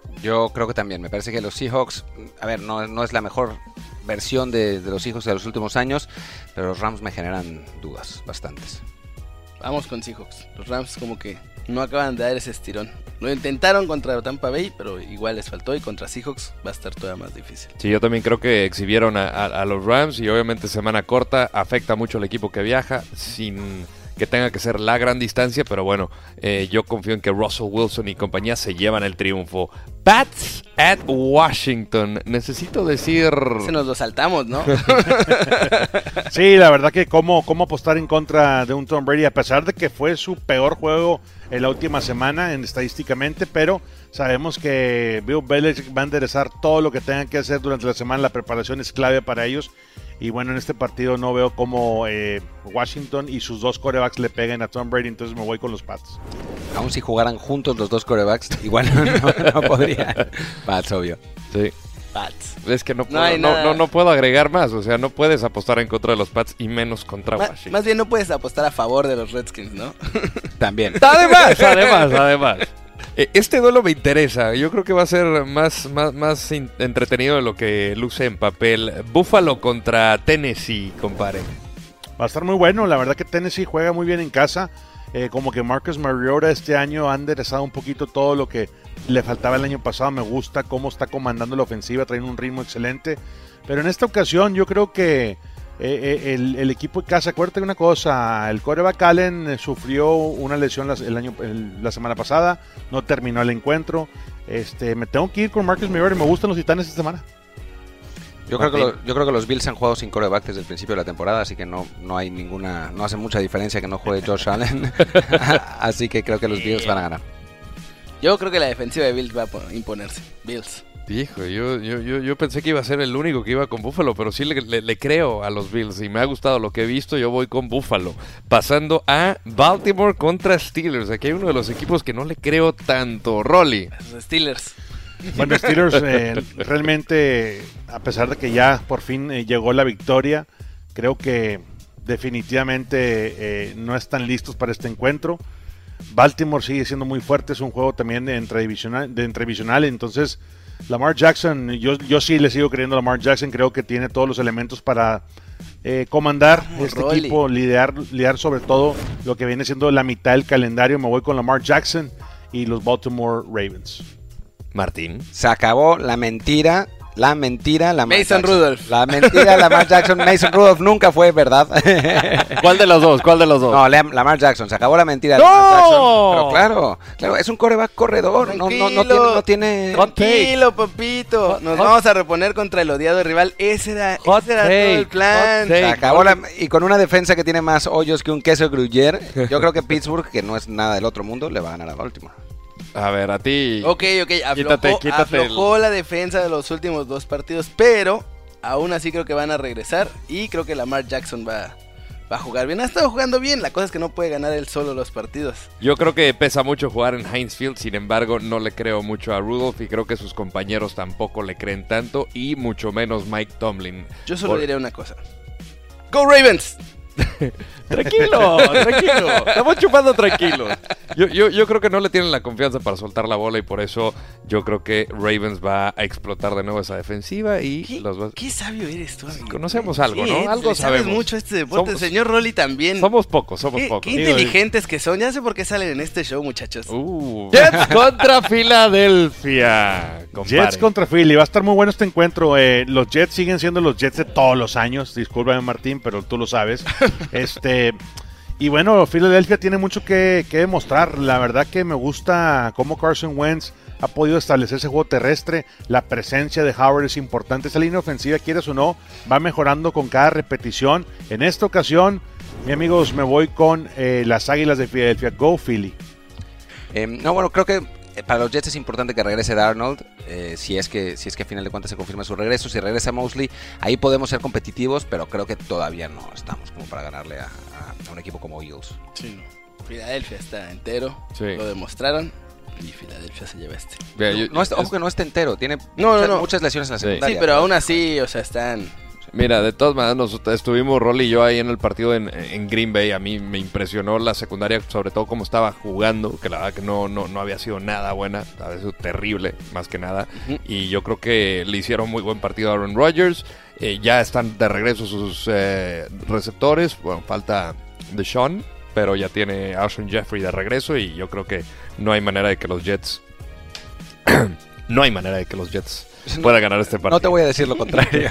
Yo creo que también. Me parece que los Seahawks, a ver, no es la mejor versión de los Seahawks de los últimos años, pero los Rams me generan dudas bastantes. Vamos con Seahawks. Los Rams como que no acaban de dar ese estirón. Lo intentaron contra Tampa Bay, pero igual les faltó y contra Seahawks va a estar todavía más difícil. Sí, yo también creo que exhibieron a los Rams y obviamente semana corta afecta mucho al equipo que viaja sin que tenga que ser la gran distancia, pero bueno, yo confío en que Russell Wilson y compañía se llevan el triunfo. Pats at Washington. Necesito decir... Se nos lo saltamos, ¿no? Sí, la verdad que cómo apostar en contra de un Tom Brady, a pesar de que fue su peor juego en la última semana estadísticamente, pero sabemos que Bill Belichick va a enderezar todo lo que tengan que hacer durante la semana. La preparación es clave para ellos. Y bueno, en este partido no veo cómo Washington y sus dos quarterbacks le peguen a Tom Brady, entonces me voy con los Pats. Aún si jugaran juntos los dos quarterbacks, igual no podría. Pats, obvio. Sí. Pats. Es que no No hay puedo, nada. no puedo agregar más, o sea, no puedes apostar en contra de los Pats y menos contra Washington. Más bien no puedes apostar a favor de los Redskins, ¿no? También. Además. Este duelo me interesa. Yo creo que va a ser más entretenido de lo que luce en papel. Buffalo contra Tennessee, compadre. Va a estar muy bueno, la verdad que Tennessee juega muy bien en casa. Como que Marcus Mariota este año ha enderezado un poquito todo lo que le faltaba el año pasado. Me gusta cómo está comandando la ofensiva, traen un ritmo excelente. Pero en esta ocasión yo creo que el equipo de casa, acuérdate de una cosa, el quarterback Allen sufrió una lesión la semana pasada, no terminó el encuentro. Me tengo que ir con Marcus Mariota y me gustan los Titanes esta semana. Yo creo que los Bills han jugado sin quarterback desde el principio de la temporada, así que no hace mucha diferencia que no juegue Josh Allen. Así que creo que los Bills van a ganar. Yo creo que la defensiva de Bills va a imponerse. Bills. Hijo, yo pensé que iba a ser el único que iba con Buffalo, pero sí le creo a los Bills y me ha gustado lo que he visto. Yo voy con Buffalo. Pasando a Baltimore contra Steelers. Aquí hay uno de los equipos que no le creo tanto. Rolly. Los Steelers. Bueno, Steelers realmente, a pesar de que ya por fin llegó la victoria, creo que definitivamente no están listos para este encuentro. Baltimore sigue siendo muy fuerte, es un juego también de entredivisional, entonces Lamar Jackson, yo sí le sigo creyendo a Lamar Jackson, creo que tiene todos los elementos para comandar este Rolly. equipo, liderar sobre todo lo que viene siendo la mitad del calendario. Me voy con Lamar Jackson y los Baltimore Ravens. Martín. Se acabó la mentira La mentira, Lamar Mason Jackson. Rudolph. La mentira, Lamar Jackson. Mason Rudolph nunca fue verdad. ¿Cuál de los dos? No, Lamar Jackson. Se acabó la mentira de ¡No! Lamar Jackson. Pero claro, es un coreback corredor. No tiene... Hot take. Tranquilo, papito. Nos vamos a reponer contra el odiado rival. Ese era Hot todo take, el plan. hot take. Se acabó y con una defensa que tiene más hoyos que un queso gruyere, yo creo que Pittsburgh, que no es nada del otro mundo, le va a ganar a Baltimore. A ver, a ti. Ok, aflojó la defensa de los últimos 2 partidos, pero aún así creo que van a regresar y creo que Lamar Jackson va a jugar bien. Ha estado jugando bien, la cosa es que no puede ganar él solo los partidos. Yo creo que pesa mucho jugar en Heinz Field, sin embargo no le creo mucho a Rudolph y creo que sus compañeros tampoco le creen tanto y mucho menos Mike Tomlin. Yo solo diré una cosa. ¡Go Ravens! Tranquilo. Estamos chupando tranquilos. Yo creo que no le tienen la confianza para soltar la bola y por eso yo creo que Ravens va a explotar de nuevo esa defensiva y los va... Qué sabio eres tú, amigo. Conocemos algo, Sí, ¿no? Algo sabes sabemos. mucho este deporte. Señor Rolly también. Somos pocos. Qué inteligentes que son. Ya sé por qué salen en este show, muchachos. Jets contra Filadelfia. compadre. Jets contra Philly, va a estar muy bueno este encuentro. Los Jets siguen siendo los Jets de todos los años. Discúlpame, Martín, pero tú lo sabes. Y bueno, Filadelfia tiene mucho que demostrar. La verdad que me gusta cómo Carson Wentz ha podido establecer ese juego terrestre. La presencia de Howard es importante. Esa línea ofensiva, quieras o no, va mejorando con cada repetición. En esta ocasión, mis amigos, me voy con las Águilas de Filadelfia. Go Philly. Creo que para los Jets es importante que regrese Darnold, si es que a final de cuentas se confirma su regreso. Si regresa Mosley, ahí podemos ser competitivos, pero creo que todavía no estamos como para ganarle a un equipo como Eagles. Sí, no. Filadelfia está entero, sí. Lo demostraron y Filadelfia se lleva este. Ojo que no está entero, tiene muchas lesiones en la Sí. secundaria. Sí, pero aún así, o sea, están... Mira, de todas maneras, nosotros estuvimos Rolly y yo ahí en el partido en Green Bay. A mí me impresionó la secundaria, sobre todo cómo estaba jugando, que la verdad que no había sido nada buena, había sido terrible, más que nada. Uh-huh. Y yo creo que le hicieron muy buen partido a Aaron Rodgers. Ya están de regreso sus receptores. Bueno, falta Deshaun, pero ya tiene a Alshon Jeffrey de regreso y yo creo que no hay manera de que los Jets... pueda ganar este partido. No te voy a decir lo contrario.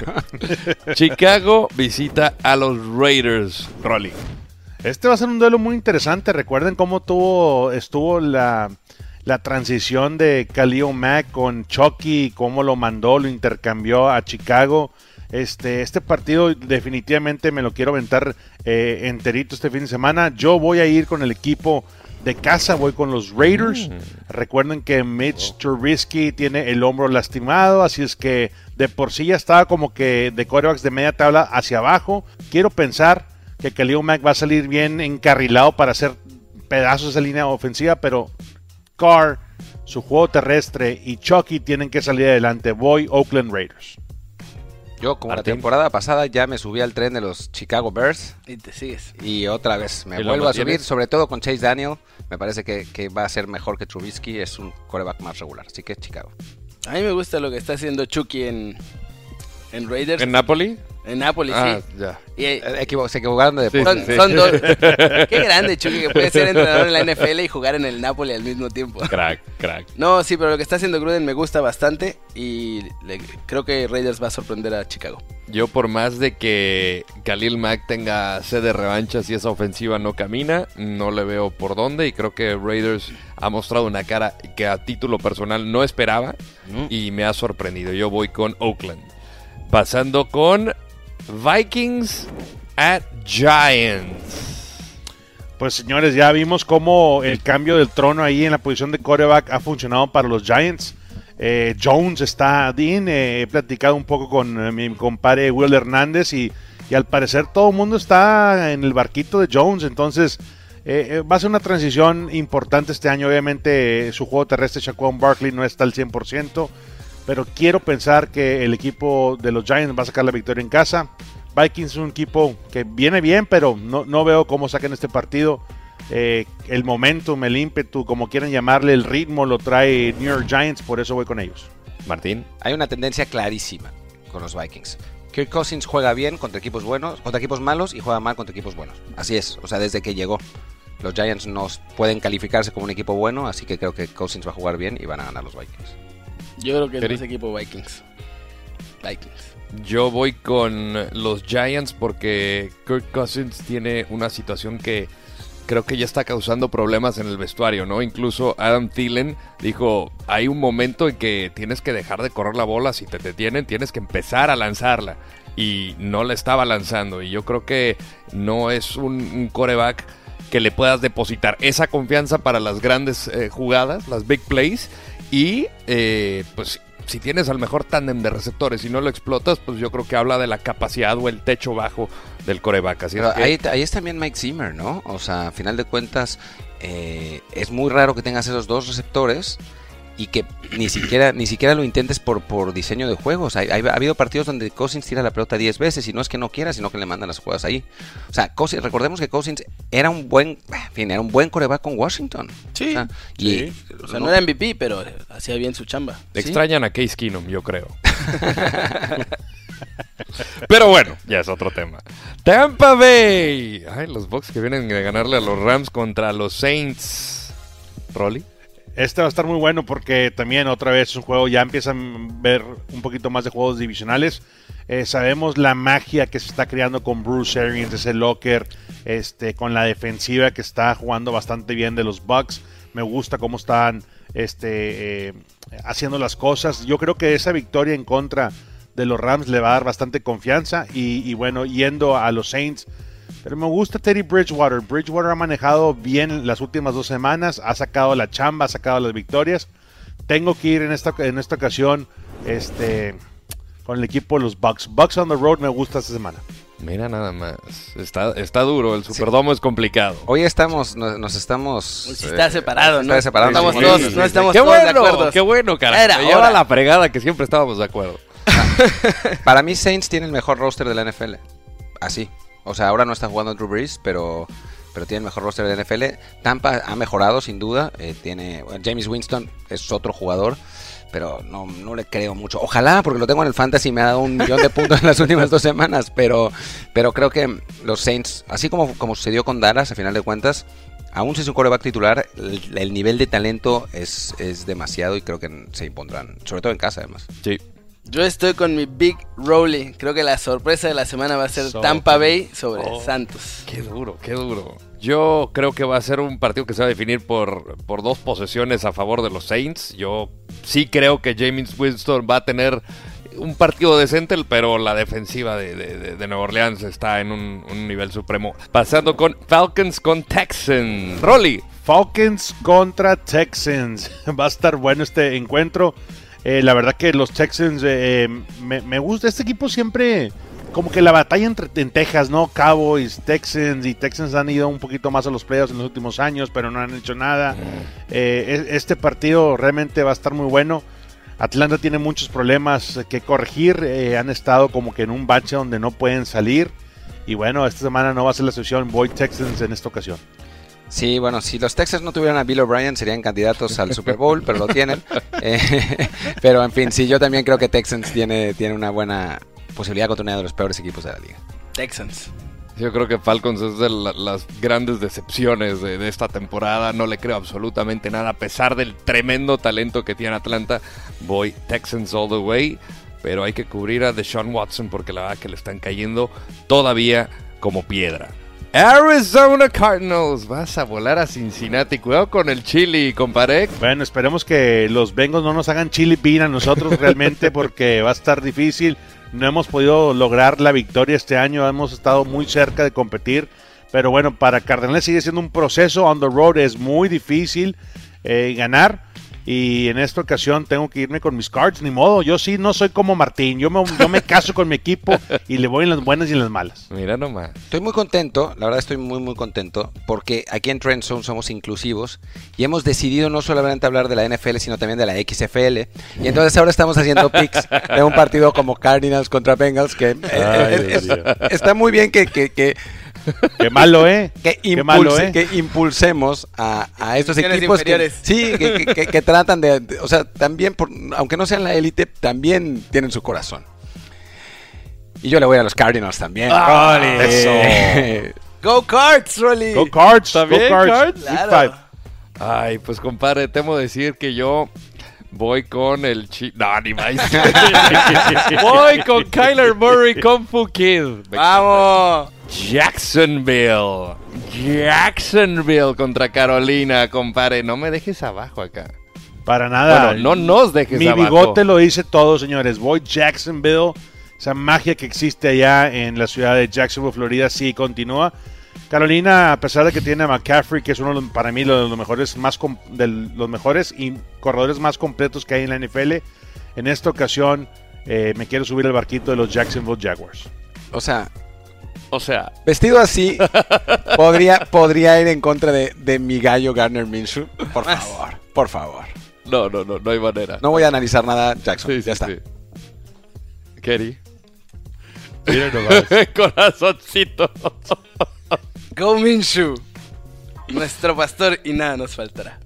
Chicago visita a los Raiders. Rolly. Este va a ser un duelo muy interesante. Recuerden cómo estuvo la transición de Khalil Mack con Chucky, cómo lo mandó, lo intercambió a Chicago. Este partido definitivamente me lo quiero aventar enterito este fin de semana. Yo voy a ir con el equipo de casa, voy con los Raiders. Recuerden que Mitch Trubisky tiene el hombro lastimado, así es que de por sí ya estaba como que de quarterbacks de media tabla hacia abajo. Quiero pensar que Khalil Mack va a salir bien encarrilado para hacer pedazos de línea ofensiva, pero Carr, su juego terrestre y Chucky tienen que salir adelante. Voy Oakland Raiders. Yo, como Martín. la temporada pasada, ya me subí al tren de los Chicago Bears. Y te sigues. Y otra vez me ¿Y lo vuelvo a subir, mantienes? sobre todo con Chase Daniel. Me parece que va a ser mejor que Trubisky. Es un quarterback más regular. Así que Chicago. A mí me gusta lo que está haciendo Chucky en Raiders. ¿En Napoli? En Nápoles, Ah, sí. ya. Y, Se equivocaron de Sí, deporte. son dos. Qué grande Chucky que puede ser entrenador en la NFL y jugar en el Napoli al mismo tiempo. Crack. No, sí, pero lo que está haciendo Gruden me gusta bastante y creo que Raiders va a sorprender a Chicago. Yo por más de que Khalil Mack tenga sed de revancha si esa ofensiva no camina, no le veo por dónde y creo que Raiders ha mostrado una cara que a título personal no esperaba y me ha sorprendido. Yo voy con Oakland. Pasando con Vikings at Giants. Pues señores, ya vimos cómo el cambio del trono ahí en la posición de quarterback ha funcionado para los Giants. Jones está bien, he platicado un poco con mi compadre Will Hernández y al parecer todo el mundo está en el barquito de Jones, entonces va a ser una transición importante este año. Obviamente su juego terrestre, Saquon Barkley, no está al 100%, pero quiero pensar que el equipo de los Giants va a sacar la victoria en casa. Vikings es un equipo que viene bien, pero no veo cómo saquen este partido. El momentum, el ímpetu, como quieran llamarle, el ritmo lo trae New York Giants, por eso voy con ellos. Martín. Hay una tendencia clarísima con los Vikings. Kirk Cousins juega bien contra equipos buenos, contra equipos malos y juega mal contra equipos buenos. Así es, o sea, desde que llegó. Los Giants no pueden calificarse como un equipo bueno, así que creo que Cousins va a jugar bien y van a ganar los Vikings. Yo creo que es Eri. más equipo Vikings. Vikings. Yo voy con los Giants porque Kirk Cousins tiene una situación que creo que ya está causando problemas en el vestuario, ¿no? Incluso Adam Thielen dijo, hay un momento en que tienes que dejar de correr la bola, si te detienen tienes que empezar a lanzarla, y no la estaba lanzando, y yo creo que no es un quarterback que le puedas depositar esa confianza para las grandes jugadas, las big plays, y pues si tienes al mejor tándem de receptores y no lo explotas, pues yo creo que habla de la capacidad o el techo bajo del quarterback. Así es que... ahí es también Mike Zimmer, ¿no? O sea, a final de cuentas, es muy raro que tengas esos dos receptores y que ni siquiera lo intentes por diseño de juegos. Ha habido partidos donde Cousins tira la pelota 10 veces y no es que no quiera, sino que le mandan las jugadas ahí. O sea, recordemos que Cousins era un buen quarterback con Washington. Sí. O sea, no era MVP, pero hacía bien su chamba. Extrañan a Case Keenum, yo creo. Pero bueno, ya es otro tema. Tampa Bay. Ay, los Bucs que vienen de ganarle a los Rams contra los Saints. Rolly. Este va a estar muy bueno porque también otra vez es un juego, ya empiezan a ver un poquito más de juegos divisionales. Sabemos la magia que se está creando con Bruce Arians, ese locker, con la defensiva que está jugando bastante bien de los Bucs. Me gusta cómo están haciendo las cosas. Yo creo que esa victoria en contra de los Rams le va a dar bastante confianza y bueno, yendo a los Saints. Pero me gusta Teddy Bridgewater. Bridgewater ha manejado bien las últimas 2 semanas, ha sacado la chamba, ha sacado las victorias. Tengo que ir en esta ocasión con el equipo de los Bucs. Bucs on the road me gusta esta semana. Mira nada más, está duro, el Superdome es complicado. Hoy nos estamos... Pues está separado, ¿no? Está separado. No estamos qué todos bueno, de acuerdo. Qué bueno, carajo. Me lleva la fregada que siempre estábamos de acuerdo. Para mí Saints tiene el mejor roster de la NFL. Así. O sea, ahora no está jugando Drew Brees, pero tiene el mejor roster de la NFL. Tampa ha mejorado, sin duda. James Winston es otro jugador, pero no le creo mucho. Ojalá, porque lo tengo en el Fantasy y me ha dado 1,000,000 de puntos en las últimas 2 semanas. Pero creo que los Saints, así como sucedió con Dallas, a final de cuentas, aún si es un quarterback titular, el nivel de talento es demasiado y creo que se impondrán, sobre todo en casa, además. Sí. Yo estoy con mi Big Rowley. Creo que la sorpresa de la semana va a ser Tampa Bay sobre Santos. Qué duro, qué duro. Yo creo que va a ser un partido que se va a definir por 2 posesiones a favor de los Saints. Yo sí creo que James Winston va a tener un partido decente, pero la defensiva de Nueva Orleans está en un nivel supremo. Pasando con Falcons con Texans. Rolly. Falcons contra Texans. Va a estar bueno este encuentro. La verdad que los Texans me gusta. Este equipo siempre, como que la batalla en Texas, ¿no? Cowboys, Texans, y Texans han ido un poquito más a los playoffs en los últimos años, pero no han hecho nada. Este partido realmente va a estar muy bueno. Atlanta tiene muchos problemas que corregir. Han estado como que en un bache donde no pueden salir. Y bueno, esta semana no va a ser la excepción. Voy Texans en esta ocasión. Sí, bueno, si los Texans no tuvieran a Bill O'Brien serían candidatos al Super Bowl, pero lo tienen. Pero en fin, sí, yo también creo que Texans tiene una buena posibilidad contra uno de los peores equipos de la liga. Texans. Yo creo que Falcons es de las grandes decepciones de esta temporada. No le creo absolutamente nada, a pesar del tremendo talento que tiene Atlanta. Voy Texans all the way, pero hay que cubrir a Deshaun Watson porque la verdad que le están cayendo todavía como piedra. Arizona Cardinals, vas a volar a Cincinnati. Cuidado con el chili, compadre. Bueno, esperemos que los Bengals no nos hagan chili bean a nosotros realmente, porque va a estar difícil. No hemos podido lograr la victoria este año, hemos estado muy cerca de competir, pero bueno, para Cardenales sigue siendo un proceso. On the road es muy difícil ganar. Y en esta ocasión tengo que irme con mis Cards, ni modo. Yo sí no soy como Martín. Yo me caso con mi equipo y le voy en las buenas y en las malas. Mira nomás. Estoy muy contento, la verdad estoy muy muy contento, porque aquí en Trend Zone somos inclusivos y hemos decidido no solamente hablar de la NFL, sino también de la XFL. Y entonces ahora estamos haciendo picks de un partido como Cardinals contra Bengals, que está muy bien que Qué malo, ¿eh? Que impulsemos a estos equipos que tratan de, o sea, también, aunque no sean la élite, también tienen su corazón. Y yo le voy a los Cardinals también. Eso. Go Cards, Rolly. Go Cards, ¿también? Go Cards. Claro. Ay, pues compadre, temo decir que yo Voy con el No, ni más. Voy con Kyler Murray Kung Fu Kid. ¡Vamos! Jacksonville contra Carolina, compadre. No me dejes abajo acá. Para nada. Bueno, no nos dejes Mi abajo. bigote lo dice todo, señores. Voy Jacksonville. Esa magia que existe allá en la ciudad de Jacksonville, Florida, sí continúa. Carolina, a pesar de que tiene a McCaffrey, que es uno de los, para mí de los mejores los mejores y corredores más completos que hay en la NFL, en esta ocasión me quiero subir al barquito de los Jacksonville Jaguars. O sea, vestido así, podría ir en contra de mi gallo Gardner Minshew. Por favor. No hay manera. No voy a analizar nada, Jackson. Sí, ya está. sí. Kerry. Miren nomás. Corazoncito. Go Minshew, nuestro pastor, y nada nos faltará.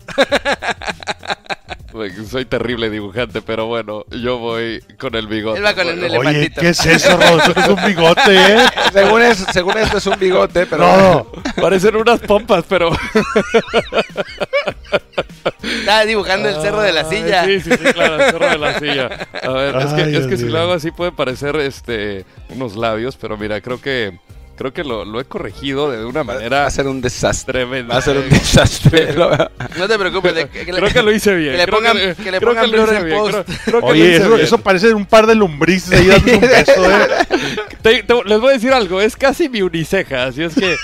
Soy terrible dibujante, pero bueno, yo voy con el bigote. Él va con el Bueno. Oye, elefantito. ¿qué es eso, Rodolfo? Es un bigote, ¿eh? Según esto es un bigote, pero... No. Parecen unas pompas, pero... Estaba dibujando el cerro de la silla. Sí, claro, el cerro de la silla. A ver, es Ay, que Dios si mío. lo hago así puede parecer unos labios, pero mira, creo que lo he corregido de una Va manera a ser un desastre. tremenda. Va a ser un desastre. No te preocupes. Creo que lo hice bien. Que le Creo pongan, que- que le creo pongan que lo blur hice en bien. post. Creo que lo Oye, hice bien. eso parece un par de lombrices ahí dando un beso, ¿eh? Les voy a decir algo, es casi mi uniceja, así es que...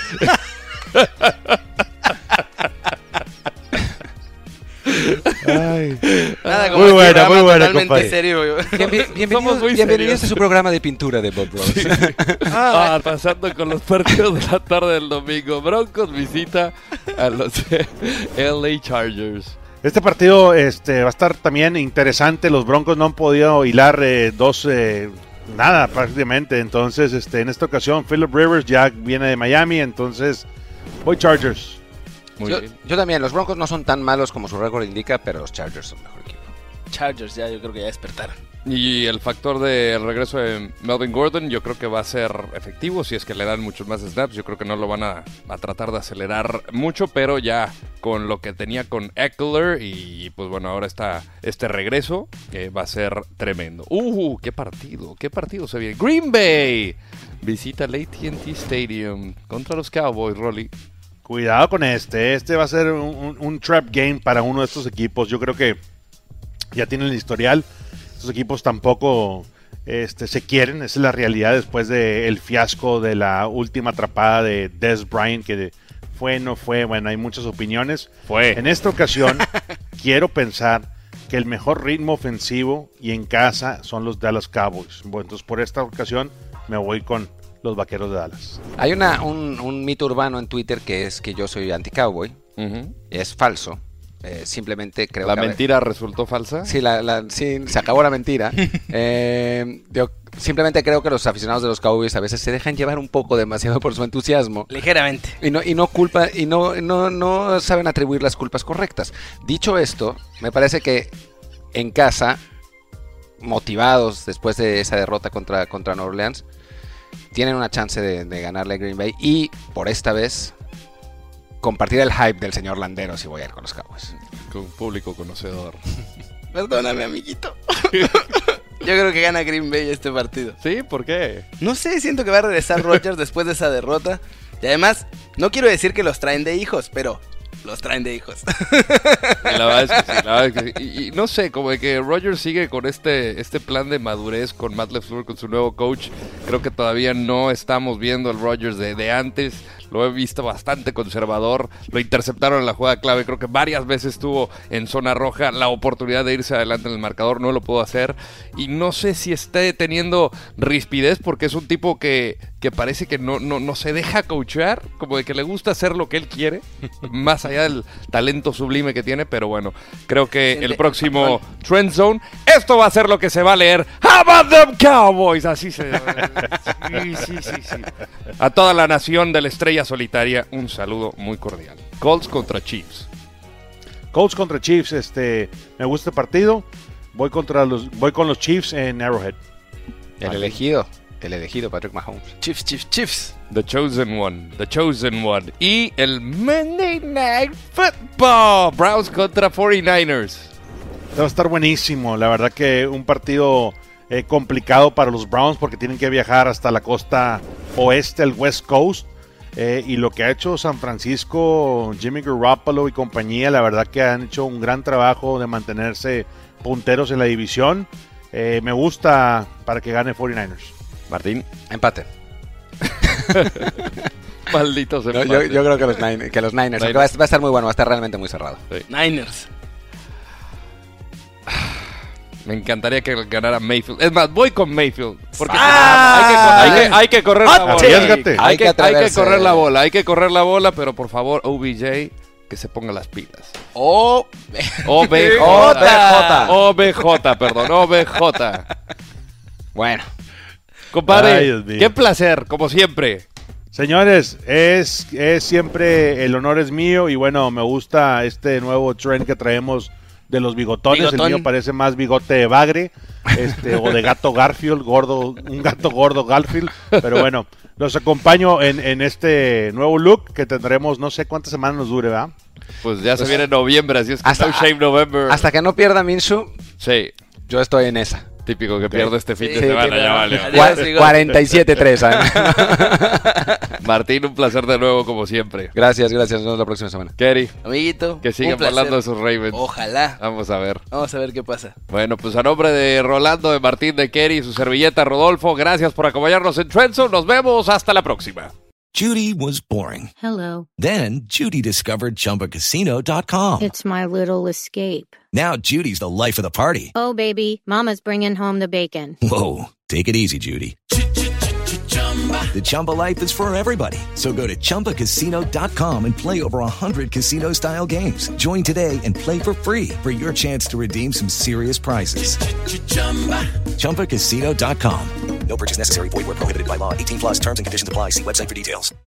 Ay. Nada Muy como buena, este programa muy buena, totalmente compadre. serio. Somos muy Bienvenidos serios. a su programa de pintura de Bob Ross. Pasando con los partidos de la tarde del domingo. Broncos visita a los LA Chargers. Este partido va a estar también interesante. Los Broncos no han podido hilar nada prácticamente. Entonces, en esta ocasión, Philip Rivers ya viene de Miami. Entonces, voy Chargers. Muy Yo, bien. yo también, los Broncos no son tan malos como su récord indica, pero los Chargers son mejor equipo. Chargers ya, yo creo que ya despertaron. Y el factor del regreso de Melvin Gordon yo creo que va a ser efectivo si es que le dan muchos más snaps. Yo creo que no lo van a tratar de acelerar mucho, pero ya con lo que tenía con Eckler y pues bueno, ahora está este regreso va a ser tremendo. ¡Qué partido se viene! Green Bay visita el AT&T Stadium contra los Cowboys, Rolly. Cuidado con este va a ser un trap game para uno de estos equipos. Yo creo que ya tienen el historial. Estos equipos tampoco se quieren, esa es la realidad después del fiasco de la última atrapada de Dez Bryant, que fue, no fue, bueno, hay muchas opiniones. En esta ocasión quiero pensar que el mejor ritmo ofensivo y en casa son los Dallas Cowboys. Bueno, entonces por esta ocasión me voy con los Vaqueros de Dallas. Hay un mito urbano en Twitter que es que yo soy anti-cowboy. Es falso. Simplemente creo ¿La que... mentira resultó falsa? Sí, sí, se acabó la mentira. Yo simplemente creo que los aficionados de los Cowboys a veces se dejan llevar un poco demasiado por su entusiasmo. Ligeramente. Y no saben atribuir las culpas correctas. Dicho esto, me parece que en casa, motivados después de esa derrota contra Nueva Orleans, tienen una chance de ganarle a Green Bay y por esta vez compartir el hype del señor Landeros y voy a ir con los Cowboys. Con público conocedor. Perdóname, amiguito. Yo creo que gana Green Bay este partido. ¿Sí? ¿Por qué? No sé, siento que va a regresar Rodgers después de esa derrota. Y además, no quiero decir que los traen de hijos, pero los traen de hijos. Y la verdad es que sí, la verdad es que sí. Y no sé, como de que Rodgers sigue con este plan de madurez con Matt LaFleur, con su nuevo coach. Creo que todavía no estamos viendo el Rodgers de antes. Lo he visto bastante conservador. Lo interceptaron en la jugada clave. Creo que varias veces estuvo en zona roja. La oportunidad de irse adelante en el marcador no lo pudo hacer. Y no sé si esté teniendo rispidez porque es un tipo que parece que no se deja coachear. Como de que le gusta hacer lo que él quiere. Más allá del talento sublime que tiene. Pero bueno, creo que el próximo Trend Zone, esto va a ser lo que se va a leer. How about them Cowboys? Así se... Sí. A toda la nación de la estrella solitaria, un saludo muy cordial. Colts contra Chiefs. Colts contra Chiefs, me gusta el partido. Voy con los Chiefs en Arrowhead. El elegido, Patrick Mahomes. Chiefs. The Chosen One. Y el Monday Night Football. Browns contra 49ers. Va a estar buenísimo. La verdad que un partido complicado para los Browns porque tienen que viajar hasta la costa oeste, el West Coast. Y lo que ha hecho San Francisco, Jimmy Garoppolo y compañía, la verdad que han hecho un gran trabajo de mantenerse punteros en la división. Me gusta para que gane 49ers. Martín. Empate. Malditos No, empates. yo creo que los Niners. Aunque va a estar muy bueno, va a estar realmente muy cerrado. Sí. Niners. Me encantaría que ganara Mayfield. Es más, voy con Mayfield. Porque hay que correr la bola. Arriésgate. Hay que atreverse. correr la bola. Hay que correr la bola, pero por favor, OBJ, que se ponga las pilas. OBJ, perdón, OBJ. Bueno. Compadre, Ay, Dios mío. qué placer, como siempre. Señores, es siempre el honor es mío y bueno, me gusta este nuevo trend que traemos de los bigotones. Bigotón. El mío parece más bigote de bagre, o de gato Garfield, un gato gordo Garfield, pero bueno, los acompaño en este nuevo look que tendremos, no sé cuántas semanas nos dure, ¿verdad? Pues ya se viene noviembre, así es que Hasta- no shame November. Hasta que no pierda Minshew, Sí, yo estoy en esa. típico que pierde este fin de Sí, semana, que ya vale. Adiós, Igor. 47-3. Martín, un placer de nuevo, como siempre. Gracias. Nos vemos la próxima semana. Kerry, Amiguito. que sigan un placer. hablando de esos Ravens. Ojalá. Vamos a ver. Vamos a ver qué pasa. Bueno, pues a nombre de Rolando, de Martín, de Kerry y su servilleta Rodolfo, gracias por acompañarnos en Trendzone. Nos vemos hasta la próxima. Judy was boring. Hello. Then Judy discovered ChumbaCasino.com. It's my little escape. Now Judy's the life of the party. Oh, baby, mama's bringing home the bacon. Whoa, take it easy, Judy. The Chumba life is for everybody. So go to ChumbaCasino.com and play over 100 casino-style games. Join today and play for free for your chance to redeem some serious prizes. ChumbaCasino.com. No purchase necessary. Void where prohibited by law. 18+ terms and conditions apply. See website for details.